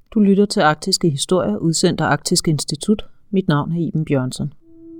Du lytter til Arktiske Historier, udsendt af Arktisk Institut. Mit navn er Iben Bjørnsen.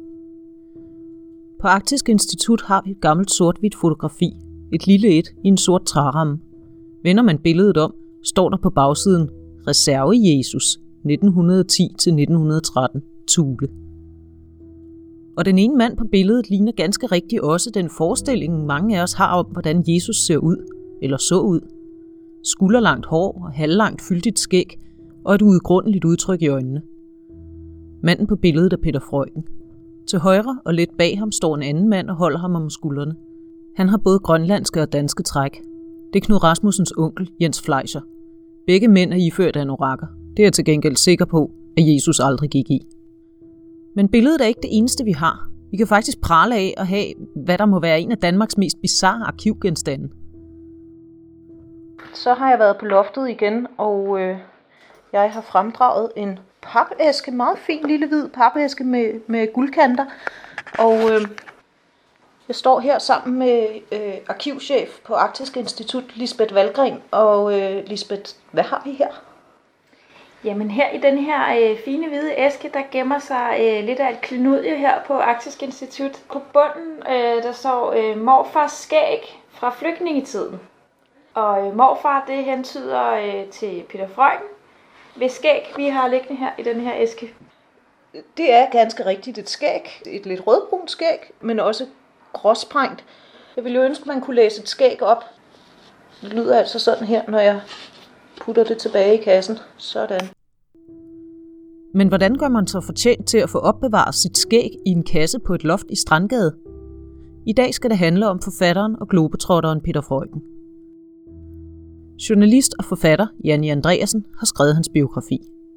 På Arktisk Institut har vi et gammelt sort-hvidt fotografi. Et lille et i en sort træramme. Vender man billedet om, står der på bagsiden Reserve Jesus 1910-1913 Thule. Og den ene mand på billedet ligner ganske rigtigt også den forestilling, mange af os har om, hvordan Jesus ser ud, eller så ud. Skulderlangt hår og halvlangt fyldigt skæg, og et uudgrundeligt udtryk i øjnene. Manden på billedet er Peter Freuchen. Til højre og lidt bag ham står en anden mand og holder ham om skuldrene. Han har både grønlandske og danske træk. Det er Knud Rasmussens onkel, Jens Fleischer. Begge mænd er iført anorakker. Det er jeg til gengæld sikker på, at Jesus aldrig gik i. Men billedet er ikke det eneste, vi har. Vi kan faktisk prale af at have, hvad der må være en af Danmarks mest bizarre arkivgenstande. Så har jeg været på loftet igen, og jeg har fremdraget en papæske, meget fin lille hvid papæske med guldkanter. Og jeg står her sammen med arkivchef på Arktisk Institut, Lisbeth Valgren. Og Lisbeth, hvad har vi her? Jamen her i den her fine hvide æske, der gemmer sig lidt af et klenodie her på Arktisk Institut. På bunden der står morfars skæg fra flygtningetiden. Og morfar, det hentyder til Peter Freuchen, hvis skæg vi har liggende her i den her æske. Det er ganske rigtigt et skæg, et lidt rødbrunt skæg, men også gråsprængt. Jeg ville jo ønske, man kunne læse et skæg op. Det lyder altså sådan her, når jeg putter det tilbage i kassen. Sådan. Men hvordan gør man så fortjent til at få opbevaret sit skæg i en kasse på et loft i Strandgade? I dag skal det handle om forfatteren og globetrotteren Peter Freuchen. Journalist og forfatter Janni Andreasen har skrevet hans biografi.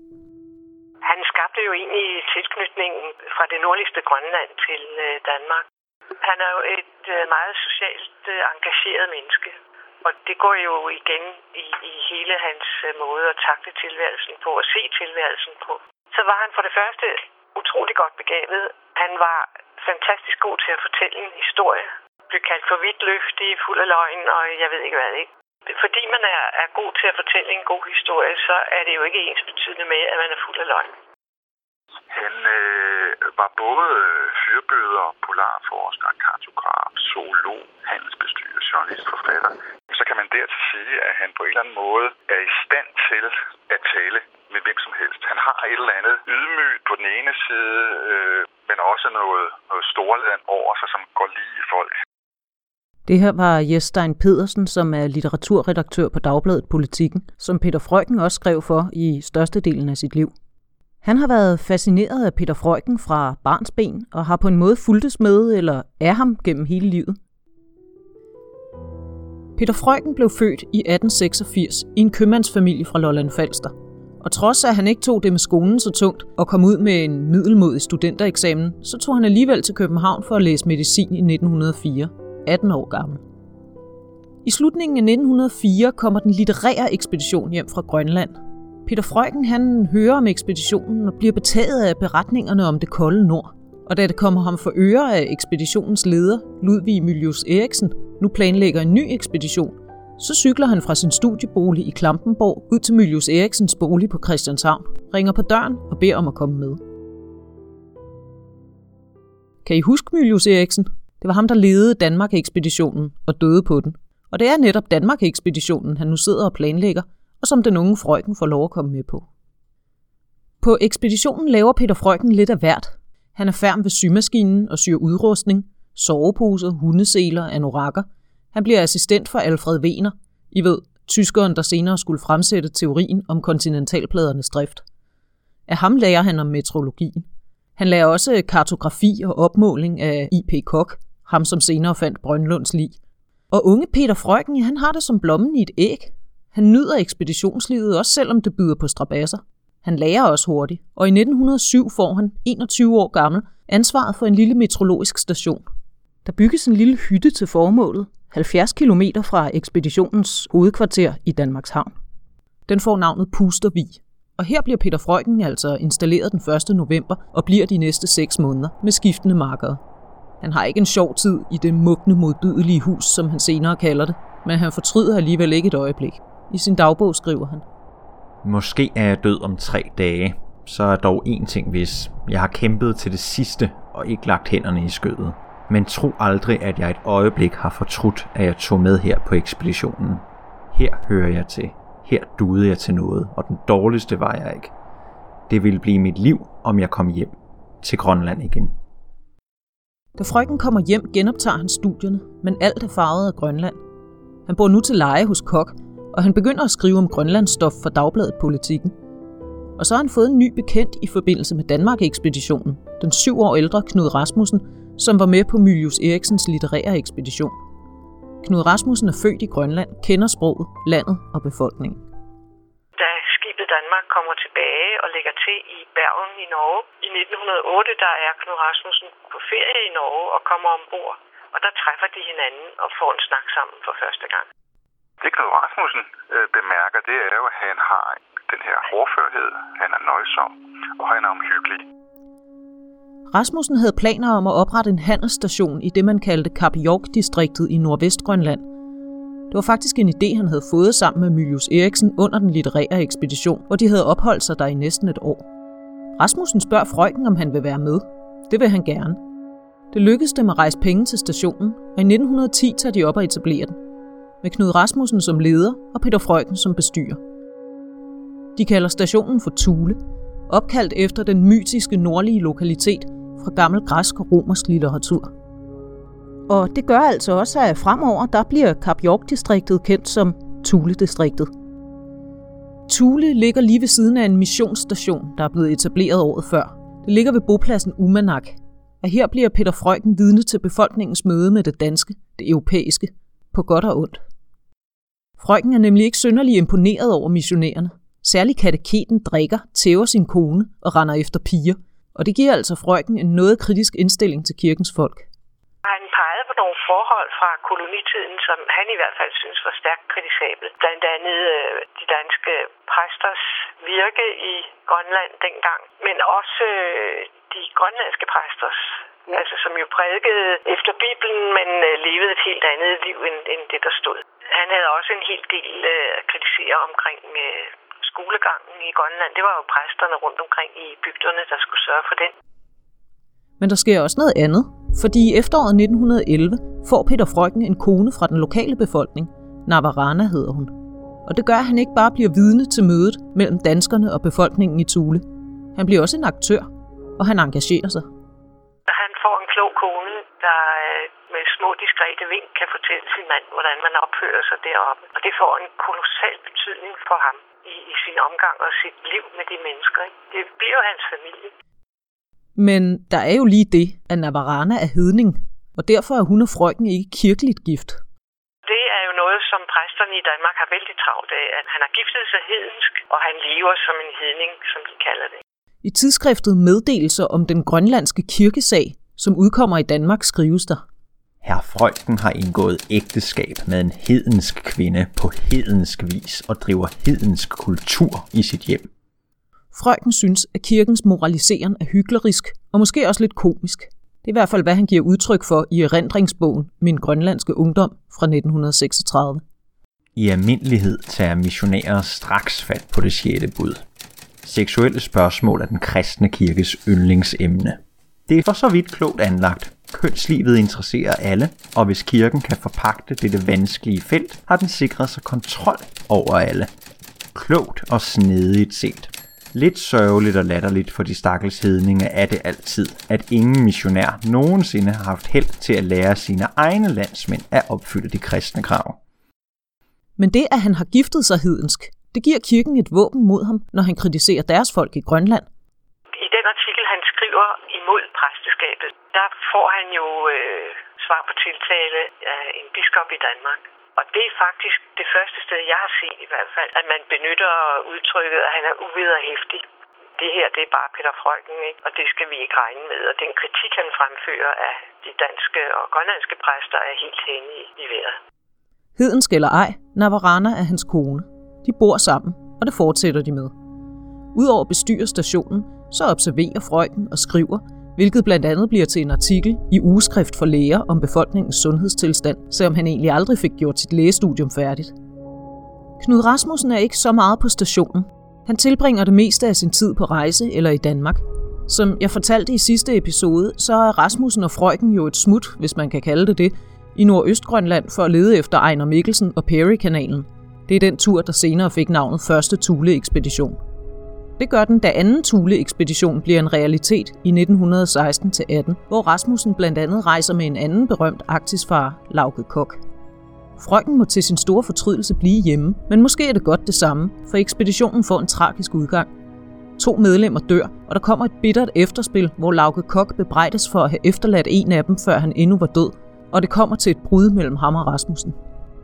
Han skabte jo egentlig tilknytningen fra det nordligste Grønland til Danmark. Han er jo et meget socialt engageret menneske, og det går jo igen i hele hans måde at takle tilværelsen på og se tilværelsen på. Så var han for det første utrolig godt begavet. Han var fantastisk god til at fortælle en historie. Blev kaldt for vidtløftig, fuld af løgn og jeg ved ikke hvad, ikke? Fordi man er god til at fortælle en god historie, så er det jo ikke ensbetydende med, at man er fuld af løgn. Han var både fyrbøder, polarforsker, kartograf, zoolog, handelsbestyrer, journalist, forfatter. Så kan man dertil sige, at han på en eller anden måde er i stand til at tale med hvem som helst. Han har et eller andet ydmygt på den ene side, men også noget storladen over sig, som går lige i folk. Det her var Jes Stein Pedersen, som er litteraturredaktør på Dagbladet Politikken, som Peter Freuchen også skrev for i størstedelen af sit liv. Han har været fascineret af Peter Freuchen fra barnsben og har på en måde fulgtes med eller er ham gennem hele livet. Peter Freuchen blev født i 1886 i en købmandsfamilie fra Lolland Falster. Og trods at han ikke tog det med skolen så tungt og kom ud med en middelmådig studentereksamen, så tog han alligevel til København for at læse medicin i 1904, 18 år gammel. I slutningen af 1904 kommer den litterære ekspedition hjem fra Grønland. Peter Freuchen han hører om ekspeditionen og bliver betaget af beretningerne om det kolde nord. Og da det kommer ham for øre af ekspeditionens leder, Ludvig Mylius Eriksen, nu planlægger en ny ekspedition, så cykler han fra sin studiebolig i Klampenborg ud til Mylius Eriksens bolig på Christianshavn, ringer på døren og beder om at komme med. Kan I huske Mylius Eriksen? Det var ham, der ledede Danmark-ekspeditionen og døde på den. Og det er netop Danmark-ekspeditionen, han nu sidder og planlægger, og som den unge Freuchen får lov at komme med på. På ekspeditionen laver Peter Freuchen lidt af hvert. Han er færm ved symaskinen og syr udrustning, soveposer, hundeseler, anorakker. Han bliver assistent for Alfred Wegener, I ved, tyskeren, der senere skulle fremsætte teorien om kontinentalpladernes drift. Af ham lærer han om meteorologien. Han lærer også kartografi og opmåling af I.P. Koch, ham som senere fandt Brønlunds lig. Og unge Peter Freuchen, han har det som blommen i et æg. Han nyder ekspeditionslivet, også selvom det byder på strabasser. Han lærer også hurtigt, og i 1907 får han, 21 år gammel, ansvaret for en lille meteorologisk station. Der bygges en lille hytte til formålet, 70 km fra ekspeditionens hovedkvarter i Danmarks Havn. Den får navnet Pustervig, og her bliver Peter Freuchen altså installeret den 1. november og bliver de næste 6 måneder med skiftende markere. Han har ikke en sjov tid i det mugne modbydelige hus, som han senere kalder det, men han fortryder alligevel ikke et øjeblik. I sin dagbog skriver han: Måske er jeg død om 3 dage, så er dog én ting vis. Jeg har kæmpet til det sidste og ikke lagt hænderne i skødet. Men tro aldrig, at jeg et øjeblik har fortrudt, at jeg tog med her på ekspeditionen. Her hører jeg til. Her duede jeg til noget, og den dårligste var jeg ikke. Det ville blive mit liv, om jeg kom hjem til Grønland igen. Da frøken kommer hjem, genoptager han studierne, men alt er farvet af Grønland. Han bor nu til leje hos Kok, og han begynder at skrive om Grønlandsstof for Dagbladet Politikken. Og så har han fået en ny bekendt i forbindelse med Danmark-ekspeditionen, den 7 år ældre Knud Rasmussen, som var med på Mylius Eriksens litterære ekspedition. Knud Rasmussen er født i Grønland, kender sproget, landet og befolkningen. Da skibet Danmark kommer tilbage og lægger til i Bergen i Norge i 1908, der er Knud Rasmussen på ferie i Norge og kommer ombord. Og der træffer de hinanden og får en snak sammen for første gang. Det Knud Rasmussen bemærker, det er jo, at han har den her hårdførhed. Han er nøjsom, og han er omhyggelig. Rasmussen havde planer om at oprette en handelsstation i det, man kaldte Kap York-distriktet i Nordvestgrønland. Det var faktisk en idé, han havde fået sammen med Mylius Eriksen under den litterære ekspedition, hvor de havde opholdt sig der i næsten et år. Rasmussen spørger frøken, om han vil være med. Det vil han gerne. Det lykkedes dem at rejse penge til stationen, og i 1910 tager de op og etablerer den. Med Knud Rasmussen som leder og Peter Freuchen som bestyrer. De kalder stationen for Thule, opkaldt efter den mytiske nordlige lokalitet fra gammel græsk og romersk litteratur. Og det gør altså også, at fremover der bliver Kap York-distriktet kendt som Thule-distriktet. Thule ligger lige ved siden af en missionsstation, der er blevet etableret året før. Det ligger ved bopladsen Umanak, og her bliver Peter Freuchen vidne til befolkningens møde med det danske, det europæiske, på godt og ondt. Freuchen er nemlig ikke synderlig imponeret over missionærerne. Særlig kateketen drikker, tæver sin kone og render efter piger, og det giver altså Freuchen en noget kritisk indstilling til kirkens folk. Han pegede på nogle forhold fra kolonitiden, som han i hvert fald synes var stærkt kritisabel. Blandt andet de danske præsters virke i Grønland dengang, men også de grønlandske præsters, altså som jo prædikede efter Bibelen, men levede et helt andet liv end det, der stod. Han havde også en hel del at kritisere omkring skolegangen i Grønland. Det var jo præsterne rundt omkring i bygderne, der skulle sørge for den. Men der sker også noget andet, fordi i efteråret 1911 får Peter Freuchen en kone fra den lokale befolkning. Navarana hedder hun. Og det gør, at han ikke bare bliver vidne til mødet mellem danskerne og befolkningen i Thule. Han bliver også en aktør, og han engagerer sig. Han får en klog kone, der med små diskrete vink kan fortælle sin mand, hvordan man opfører sig deroppe. Og det får en kolossal betydning for ham i sin omgang og sit liv med de mennesker. Det bliver hans familie. Men der er jo lige det, at Navarana er hedning, og derfor er hun og Freuchen ikke kirkeligt gift. Det er jo noget, som præsterne i Danmark har vældig travlt af, at han har giftet sig hedensk, og han lever som en hedning, som de kalder det. I tidsskriftet Meddelelser om den grønlandske kirkesag, som udkommer i Danmark, skrives der: Herr Freuchen har indgået ægteskab med en hedensk kvinde på hedensk vis og driver hedensk kultur i sit hjem. Freuchen synes, at kirkens moraliseren er hyklerisk og måske også lidt komisk. Det er i hvert fald, hvad han giver udtryk for i erindringsbogen Min grønlandske ungdom fra 1936. I almindelighed tager missionærer straks fat på det 6. bud. Seksuelle spørgsmål er den kristne kirkes yndlingsemne. Det er for så vidt klogt anlagt. Kønslivet interesserer alle, og hvis kirken kan forpagte dette vanskelige felt, har den sikret sig kontrol over alle. Klogt og snedigt set. Lidt sørgeligt og latterligt for de stakkels hedninge er det altid, at ingen missionær nogensinde har haft held til at lære sine egne landsmænd at opfylde de kristne krav. Men det, at han har giftet sig hedensk, det giver kirken et våben mod ham, når han kritiserer deres folk i Grønland. I den artikel, han skriver imod præsteskabet, der får han jo svar på tiltale af en biskop i Danmark. Og det er faktisk det første sted, jeg har set i hvert fald, at man benytter udtrykket, at han er uvederhæftig. Det her, det er bare Peter Freuchen, ikke? Og det skal vi ikke regne med. Og den kritik, han fremfører af de danske og grønlandske præster, er helt henne i vejret. Hedensk eller ej, Navarana er hans kone. De bor sammen, og det fortsætter de med. Udover bestyrer stationen, så observerer Freuchen og skriver, hvilket blandt andet bliver til en artikel i Ugeskrift for Læger om befolkningens sundhedstilstand, selvom han egentlig aldrig fik gjort sit lægestudium færdigt. Knud Rasmussen er ikke så meget på stationen. Han tilbringer det meste af sin tid på rejse eller i Danmark. Som jeg fortalte i sidste episode, så er Rasmussen og Freuchen jo et smut, hvis man kan kalde det, i Nordøstgrønland for at lede efter Ejner Mikkelsen og Peary-kanalen. Det er den tur, der senere fik navnet Første Thule-ekspedition. Det gør den, da anden Thule-ekspedition bliver en realitet i 1916-18, hvor Rasmussen blandt andet rejser med en anden berømt arktisfarer, Lauke Koch. Freuchen må til sin store fortrydelse blive hjemme, men måske er det godt det samme, for ekspeditionen får en tragisk udgang. 2 medlemmer dør, og der kommer et bittert efterspil, hvor Lauke Koch bebrejdes for at have efterladt en af dem, før han endnu var død, og det kommer til et brud mellem ham og Rasmussen.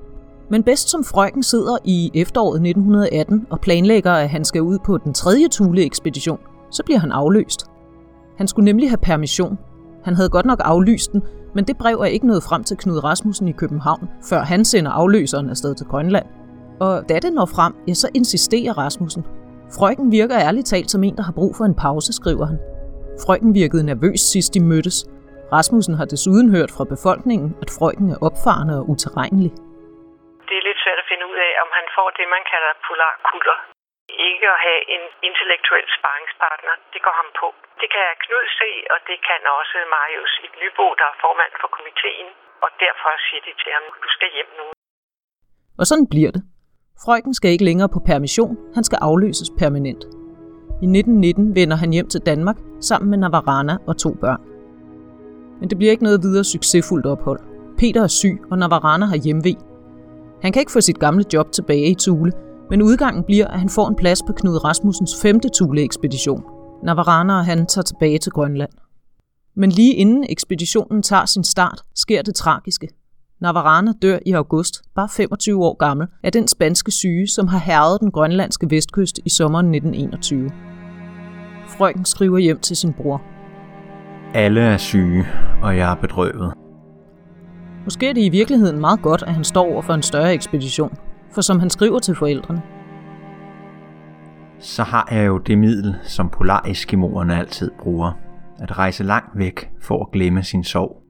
Men bedst som Freuchen sidder i efteråret 1918 og planlægger, at han skal ud på den 3. Thule-ekspedition, så bliver han afløst. Han skulle nemlig have permission. Han havde godt nok aflyst den, men det brev er ikke nået frem til Knud Rasmussen i København, før han sender afløseren afsted til Grønland. Og da det når frem, ja, så insisterer Rasmussen. Freuchen virker ærligt talt som en, der har brug for en pause, skriver han. Freuchen virkede nervøs sidst de mødtes. Rasmussen har desuden hørt fra befolkningen, at Freuchen er opfarende og utilregnelig. Det er lidt svært at finde ud af, om han får det, man kalder polarkuller. Ikke at have en intellektuel sparringspartner, det går ham på. Det kan Knud se, og det kan også Marius Ib Nybo, der er formand for komiteen, og derfor siger de til ham, du skal hjem nu. Og sådan bliver det. Freuchen skal ikke længere på permission, han skal afløses permanent. I 1919 vender han hjem til Danmark sammen med Navarana og 2 børn. Men det bliver ikke noget videre succesfuldt ophold. Peter er syg, og Navarana har hjemve. Han kan ikke få sit gamle job tilbage i Thule, men udgangen bliver, at han får en plads på Knud Rasmussens 5. Thule-ekspedition. Navarana og han tager tilbage til Grønland. Men lige inden ekspeditionen tager sin start, sker det tragiske. Navarana dør i august, bare 25 år gammel, af den spanske syge, som har hærget den grønlandske vestkyst i sommeren 1921. Freuchen skriver hjem til sin bror. Alle er syge, og jeg er bedrøvet. Måske er det i virkeligheden meget godt, at han står over for en større ekspedition, for som han skriver til forældrene. Så har jeg jo det middel, som polareskimoerne altid bruger. At rejse langt væk for at glemme sin sorg.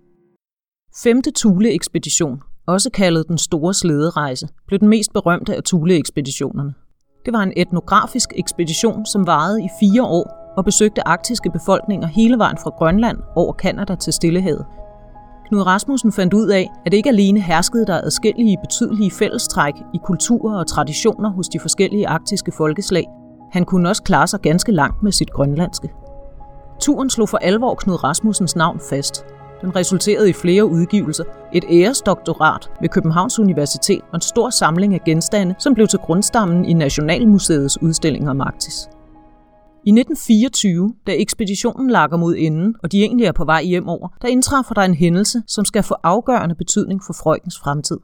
5. Thule-ekspedition, også kaldet den store slæderejse, blev den mest berømte af Thule-ekspeditionerne. Det var en etnografisk ekspedition, som varede i 4 år og besøgte arktiske befolkninger hele vejen fra Grønland over Canada til Stillehavet. Knud Rasmussen fandt ud af, at ikke alene herskede der adskillige betydelige fællestræk i kulturer og traditioner hos de forskellige arktiske folkeslag. Han kunne også klare sig ganske langt med sit grønlandske. Turen slog for alvor Knud Rasmussens navn fast. Den resulterede i flere udgivelser, et æresdoktorat ved Københavns Universitet og en stor samling af genstande, som blev til grundstammen i Nationalmuseets udstilling om Arktis. I 1924, da ekspeditionen lakker mod enden, og de egentlig er på vej hjemover, der indtræffer der en hændelse, som skal få afgørende betydning for Freuchens fremtid.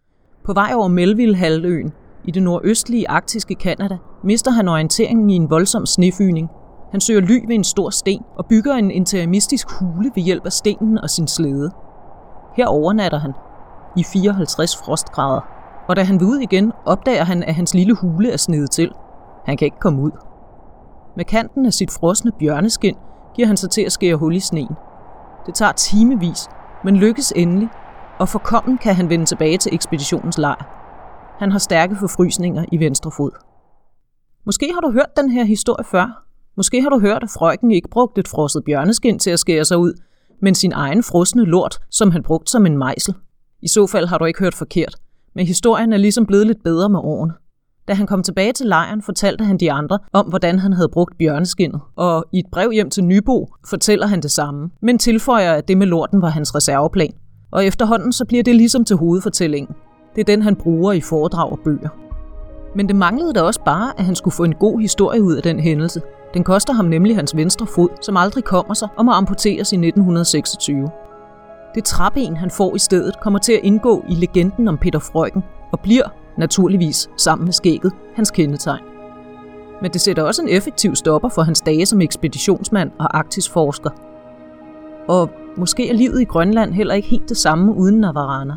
På vej over Melville-halvøen, i det nordøstlige arktiske Canada, mister han orienteringen i en voldsom snefyning. Han søger ly ved en stor sten og bygger en interimistisk hule ved hjælp af stenen og sin slæde. Her overnatter han i 54 frostgrader, og da han vil ud igen, opdager han, at hans lille hule er snedet til. Han kan ikke komme ud. Med kanten af sit frosne bjørneskin giver han sig til at skære hul i sneen. Det tager timevis, men lykkes endelig, og forkommen kan han vende tilbage til ekspeditionens lejr. Han har stærke forfrysninger i venstre fod. Måske har du hørt den her historie før. Måske har du hørt, at Freuchen ikke brugte et frosset bjørneskin til at skære sig ud, men sin egen frosne lort, som han brugte som en mejsel. I så fald har du ikke hørt forkert, men historien er ligesom blevet lidt bedre med årene. Da han kom tilbage til lejren, fortalte han de andre om, hvordan han havde brugt bjørneskinnet, og i et brev hjem til Nybo fortæller han det samme, men tilføjer, at det med lorten var hans reserveplan. Og efterhånden så bliver det ligesom til hovedfortællingen. Det er den, han bruger i foredrag og bøger. Men det manglede da også bare, at han skulle få en god historie ud af den hændelse. Den koster ham nemlig hans venstre fod, som aldrig kommer sig og må amputeres i 1926. Det træben, han får i stedet, kommer til at indgå i legenden om Peter Freuchen og bliver, naturligvis sammen med skægget, hans kendetegn. Men det sætter også en effektiv stopper for hans dage som ekspeditionsmand og arktisforsker. Og måske er livet i Grønland heller ikke helt det samme uden Navarana.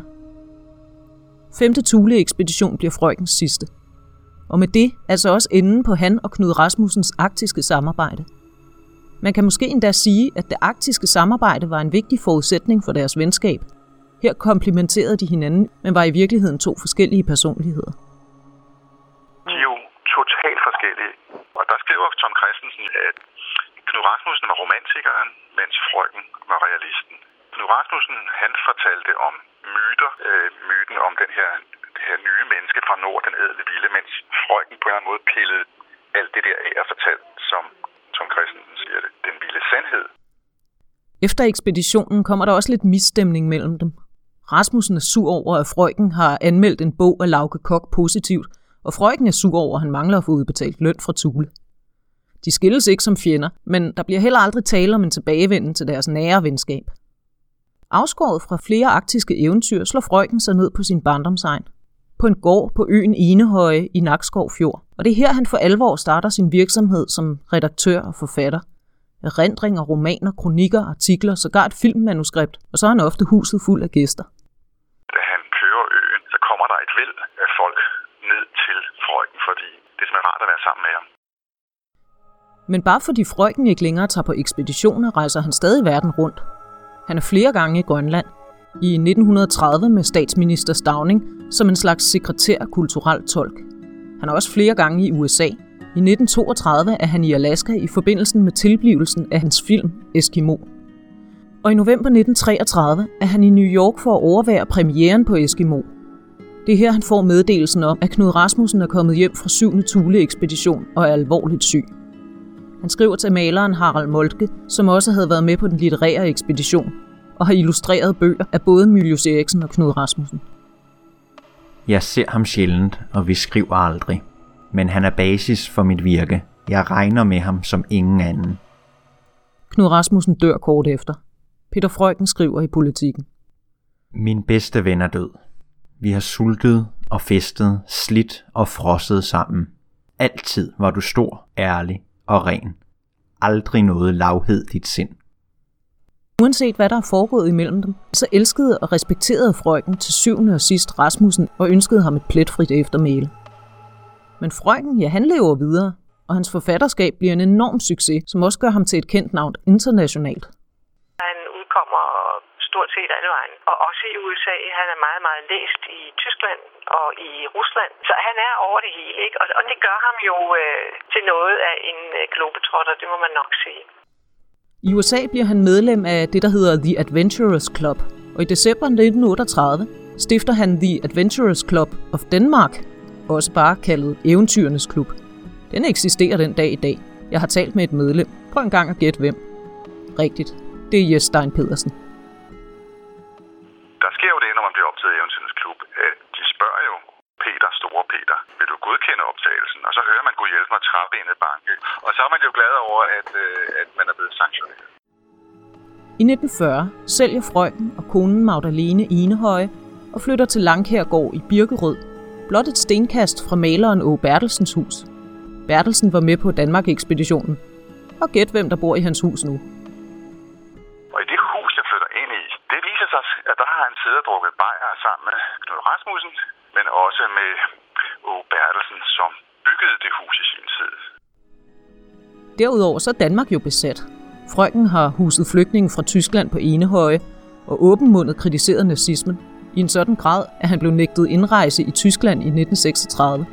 5. Thule-ekspedition bliver Freuchens sidste. Og med det altså også enden på han og Knud Rasmussens arktiske samarbejde. Man kan måske endda sige, at det arktiske samarbejde var en vigtig forudsætning for deres venskab. Her komplementerede de hinanden, men var i virkeligheden 2 forskellige personligheder. De er jo totalt forskellige. Og der skriver Tom Kristensen, at Knud Rasmussen var romantikeren, mens Freuchen var realisten. Knud Rasmussen, han fortalte om myten om det her nye menneske fra nord, den ædle vilde, mens Freuchen på en eller anden måde pillede alt det der af og fortalte, som Tom Kristensen siger det, den vilde sandhed. Efter ekspeditionen kommer der også lidt misstemning mellem dem. Rasmussen er sur over, at Freuchen har anmeldt en bog af Lauke Koch positivt, og Freuchen er sur over, at han mangler at få udbetalt løn fra Thule. De skilles ikke som fjender, men der bliver heller aldrig tale om en tilbagevenden til deres nære venskab. Afskåret fra flere arktiske eventyr slår Freuchen sig ned på sin barndomsegn. På en gård på øen Enehøje i Nakskov Fjord. Og det er her, han for alvor starter sin virksomhed som redaktør og forfatter. Erindringer, romaner, kronikker, artikler, sågar et filmmanuskript, og så er han ofte huset fuld af gæster. Da han kører øen, så kommer der et væld af folk ned til Freuchen, fordi det er simpelthen rart at være sammen med ham. Men bare fordi Freuchen ikke længere tager på ekspeditioner, rejser han stadig verden rundt. Han er flere gange i Grønland. I 1930 med statsminister Stauning som en slags sekretær kulturel tolk. Han er også flere gange i USA. I 1932 er han i Alaska i forbindelse med tilblivelsen af hans film Eskimo. Og i november 1933 er han i New York for at overvære premieren på Eskimo. Det er her, han får meddelelsen om, at Knud Rasmussen er kommet hjem fra 7. Thule-ekspedition og er alvorligt syg. Han skriver til maleren Harald Moltke, som også havde været med på den litterære ekspedition, og har illustreret bøger af både Mylius Eriksen og Knud Rasmussen. Jeg ser ham sjældent, og vi skriver aldrig. Men han er basis for mit virke. Jeg regner med ham som ingen anden. Knud Rasmussen dør kort efter. Peter Freuchen skriver i Politiken. Min bedste ven er død. Vi har sultet og festet, slidt og frosset sammen. Altid var du stor, ærlig og ren. Aldrig noget lavhed dit sind. Uanset hvad der er foregået imellem dem, så elskede og respekterede Freuchen til syvende og sidst Rasmussen og ønskede ham et pletfrit eftermæle. Men Freuchen, ja, han lever videre, og hans forfatterskab bliver en enorm succes, som også gør ham til et kendt navn internationalt. Han udkommer stort set alle vejen, og også i USA. Han er meget, meget læst i Tyskland og i Rusland, så han er over det hele, ikke? Og det gør ham jo til noget af en globetrotter, det må man nok sige. I USA bliver han medlem af det, der hedder The Adventurers Club, og i december 1938 stifter han The Adventurers Club of Denmark, også bare kaldet Eventyrernes Klub. Den eksisterer den dag i dag. Jeg har talt med et medlem. Prøv en gang at gætte hvem. Rigtigt. Det er Jes Stein Pedersen. Der sker jo det, når man bliver optaget i Eventyrernes Klub, at de spørger jo Store Peter, vil du godkende optagelsen? Og så hører man, Gud hjælpe mig, trappe ind i banke. Og så er man jo glad over, at man er blevet sanktioneret. I 1940 sælger Freuchen og konen Magdalene Enehøje og flytter til Langkærgård i Birkerød, blot et stenkast fra maleren Åge Bertelsens hus. Bertelsen var med på Danmark-ekspeditionen. Og gæt, hvem der bor i hans hus nu. Og i det hus, jeg flytter ind i, det viser sig, at der har han siddet og drukket bajer sammen med Knud Rasmussen, men også med Åge Bertelsen, som byggede det hus i sin tid. Derudover så er Danmark jo besat. Freuchen har huset flygtninge fra Tyskland på Enehøje og åbenmundet kritiseret nazismen i en sådan grad, at han blev nægtet indrejse i Tyskland i 1936.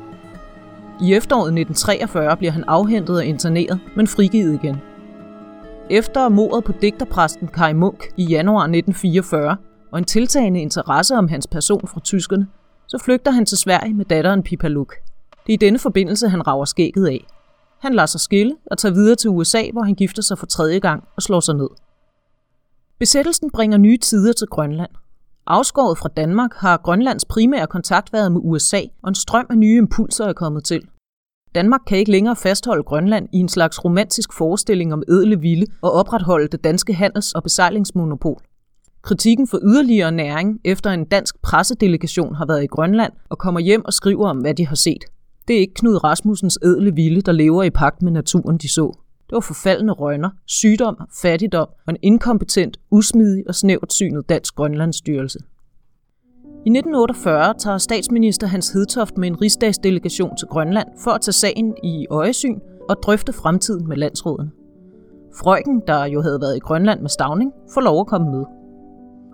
I efteråret 1943 bliver han afhentet og interneret, men frigivet igen. Efter mordet på digterpræsten Kai Munk i januar 1944 og en tiltagende interesse om hans person fra tyskerne, så flygter han til Sverige med datteren Pippa Luck. Det er i denne forbindelse, han rager skægget af. Han lader sig skille og tager videre til USA, hvor han gifter sig for 3. gang og slår sig ned. Besættelsen bringer nye tider til Grønland. Afskåret fra Danmark har Grønlands primære kontakt været med USA, og en strøm af nye impulser er kommet til. Danmark kan ikke længere fastholde Grønland i en slags romantisk forestilling om ædle vilde og opretholde det danske handels- og besejlingsmonopol. Kritikken for yderligere næring efter en dansk pressedelegation har været i Grønland og kommer hjem og skriver om, hvad de har set. Det er ikke Knud Rasmussens ædle vilde, der lever i pagt med naturen, de så. Det var forfaldne rønner, sygdom, fattigdom og en inkompetent, usmidig og snævertsynet dansk grønlandsstyrelse. I 1948 tager statsminister Hans Hedtoft med en rigsdagsdelegation til Grønland for at tage sagen i øjesyn og drøfte fremtiden med landsråden. Freuchen, der jo havde været i Grønland med Stauning, får lov at komme med.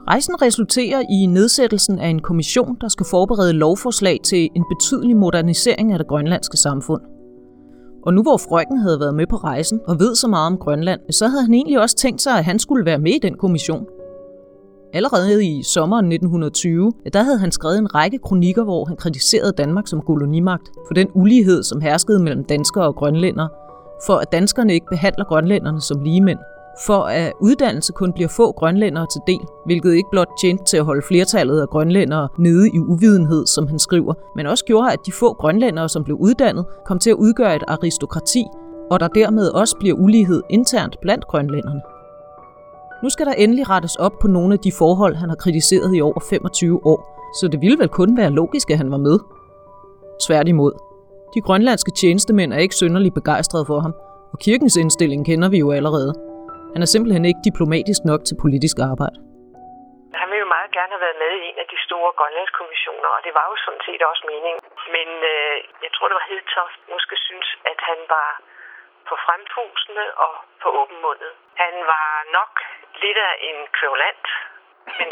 Rejsen resulterer i nedsættelsen af en kommission, der skal forberede lovforslag til en betydelig modernisering af det grønlandske samfund. Og nu hvor Frøken havde været med på rejsen og ved så meget om Grønland, så havde han egentlig også tænkt sig, at han skulle være med i den kommission. Allerede i sommeren 1920, der havde han skrevet en række kronikker, hvor han kritiserede Danmark som kolonimagt for den ulighed, som herskede mellem danskere og grønlændere, for at danskerne ikke behandler grønlænderne som ligemænd, for at uddannelse kun bliver få grønlændere til del, hvilket ikke blot tjente til at holde flertallet af grønlændere nede i uvidenhed, som han skriver, men også gjorde, at de få grønlændere, som blev uddannet, kom til at udgøre et aristokrati, og der dermed også bliver ulighed internt blandt grønlænderne. Nu skal der endelig rettes op på nogle af de forhold, han har kritiseret i over 25 år, så det ville vel kun være logisk, at han var med. Tværtimod. De grønlandske tjenestemænd er ikke synderligt begejstrede for ham, og kirkens indstilling kender vi jo allerede. Han er simpelthen ikke diplomatisk nok til politisk arbejde. Han ville jo meget gerne have været med i en af de store grønlandskommissioner, og det var jo sådan set også meningen. Men jeg tror, det var Hedtoft måske synes, at han var på frempusende og på åbenmundet. Han var nok lidt af en kværulant, men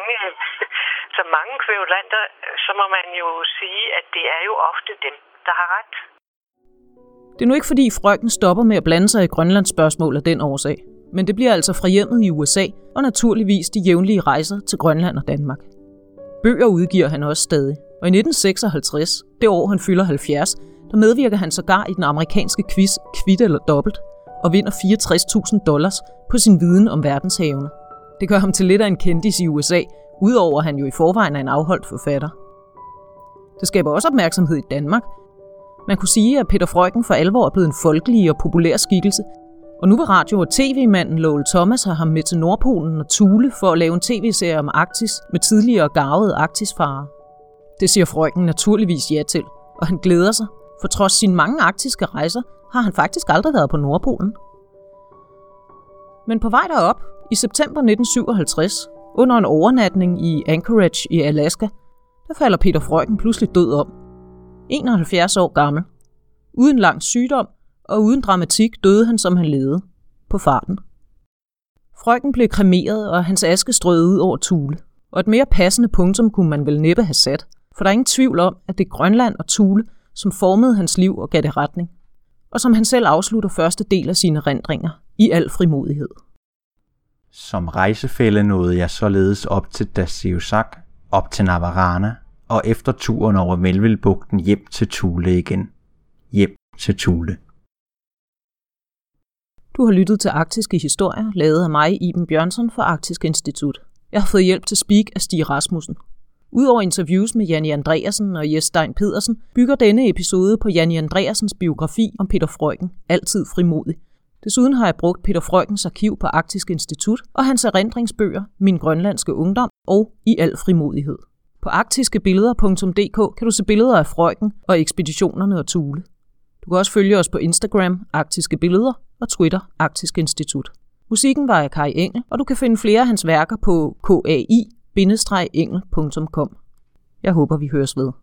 som mange kværulanter, så må man jo sige, at det er jo ofte dem, der har ret. Det er nu ikke fordi Frøken stopper med at blande sig i Grønlands spørgsmål af den årsag, men det bliver altså fra hjemmet i USA og naturligvis de jævnlige rejser til Grønland og Danmark. Bøger udgiver han også stadig, og i 1956, det år han fylder 70, der medvirker han sågar i den amerikanske quiz Kvit eller Dobbelt og vinder $64.000 på sin viden om verdenshavene. Det gør ham til lidt af en kendis i USA, udover at han jo i forvejen er en afholdt forfatter. Det skaber også opmærksomhed i Danmark. Man kunne sige, at Peter Frøken for alvor er blevet en folkelig og populær skikkelse, og nu vil radio- og tv-manden Lowell Thomas have ham med til Nordpolen og Thule for at lave en tv-serie om Arktis med tidligere garvede arktisfarer. Det siger Frøken naturligvis ja til, og han glæder sig, for trods sine mange arktiske rejser har han faktisk aldrig været på Nordpolen. Men på vej derop, i september 1957, under en overnatning i Anchorage i Alaska, der falder Peter Frøken pludselig død om. 71 år gammel. Uden lang sygdom og uden dramatik døde han, som han levede, på farten. Frøken blev kremeret, og hans aske strøede ud over Thule. Og et mere passende punktum kunne man vel næppe have sat, for der er ingen tvivl om, at det er Grønland og Thule, som formede hans liv og gav det retning, og som han selv afslutter første del af sine erindringer i al frimodighed. Som rejsefælle nåede jeg således op til Dasiusak, op til Navarana, og efter turen over Melvillebugten hjem til Thule igen. Hjem til Thule. Du har lyttet til Arktiske Historier, lavet af mig, Iben Bjørnsson fra Arktisk Institut. Jeg har fået hjælp til speak af Stig Rasmussen. Udover interviews med Janni Andreasen og Jes Stein Pedersen, bygger denne episode på Janni Andreasens biografi om Peter Frøken, Altid frimodig. Desuden har jeg brugt Peter Frøkens arkiv på Arktisk Institut og hans erindringsbøger Min grønlandske ungdom og I al frimodighed. På arktiskebilleder.dk kan du se billeder af Frøken og ekspeditionerne og Thule. Du kan også følge os på Instagram, Arktiske Billeder, og Twitter, Arktisk Institut. Musikken var af Kai Engel, og du kan finde flere af hans værker på kai-engel.com. Jeg håber, vi høres ved.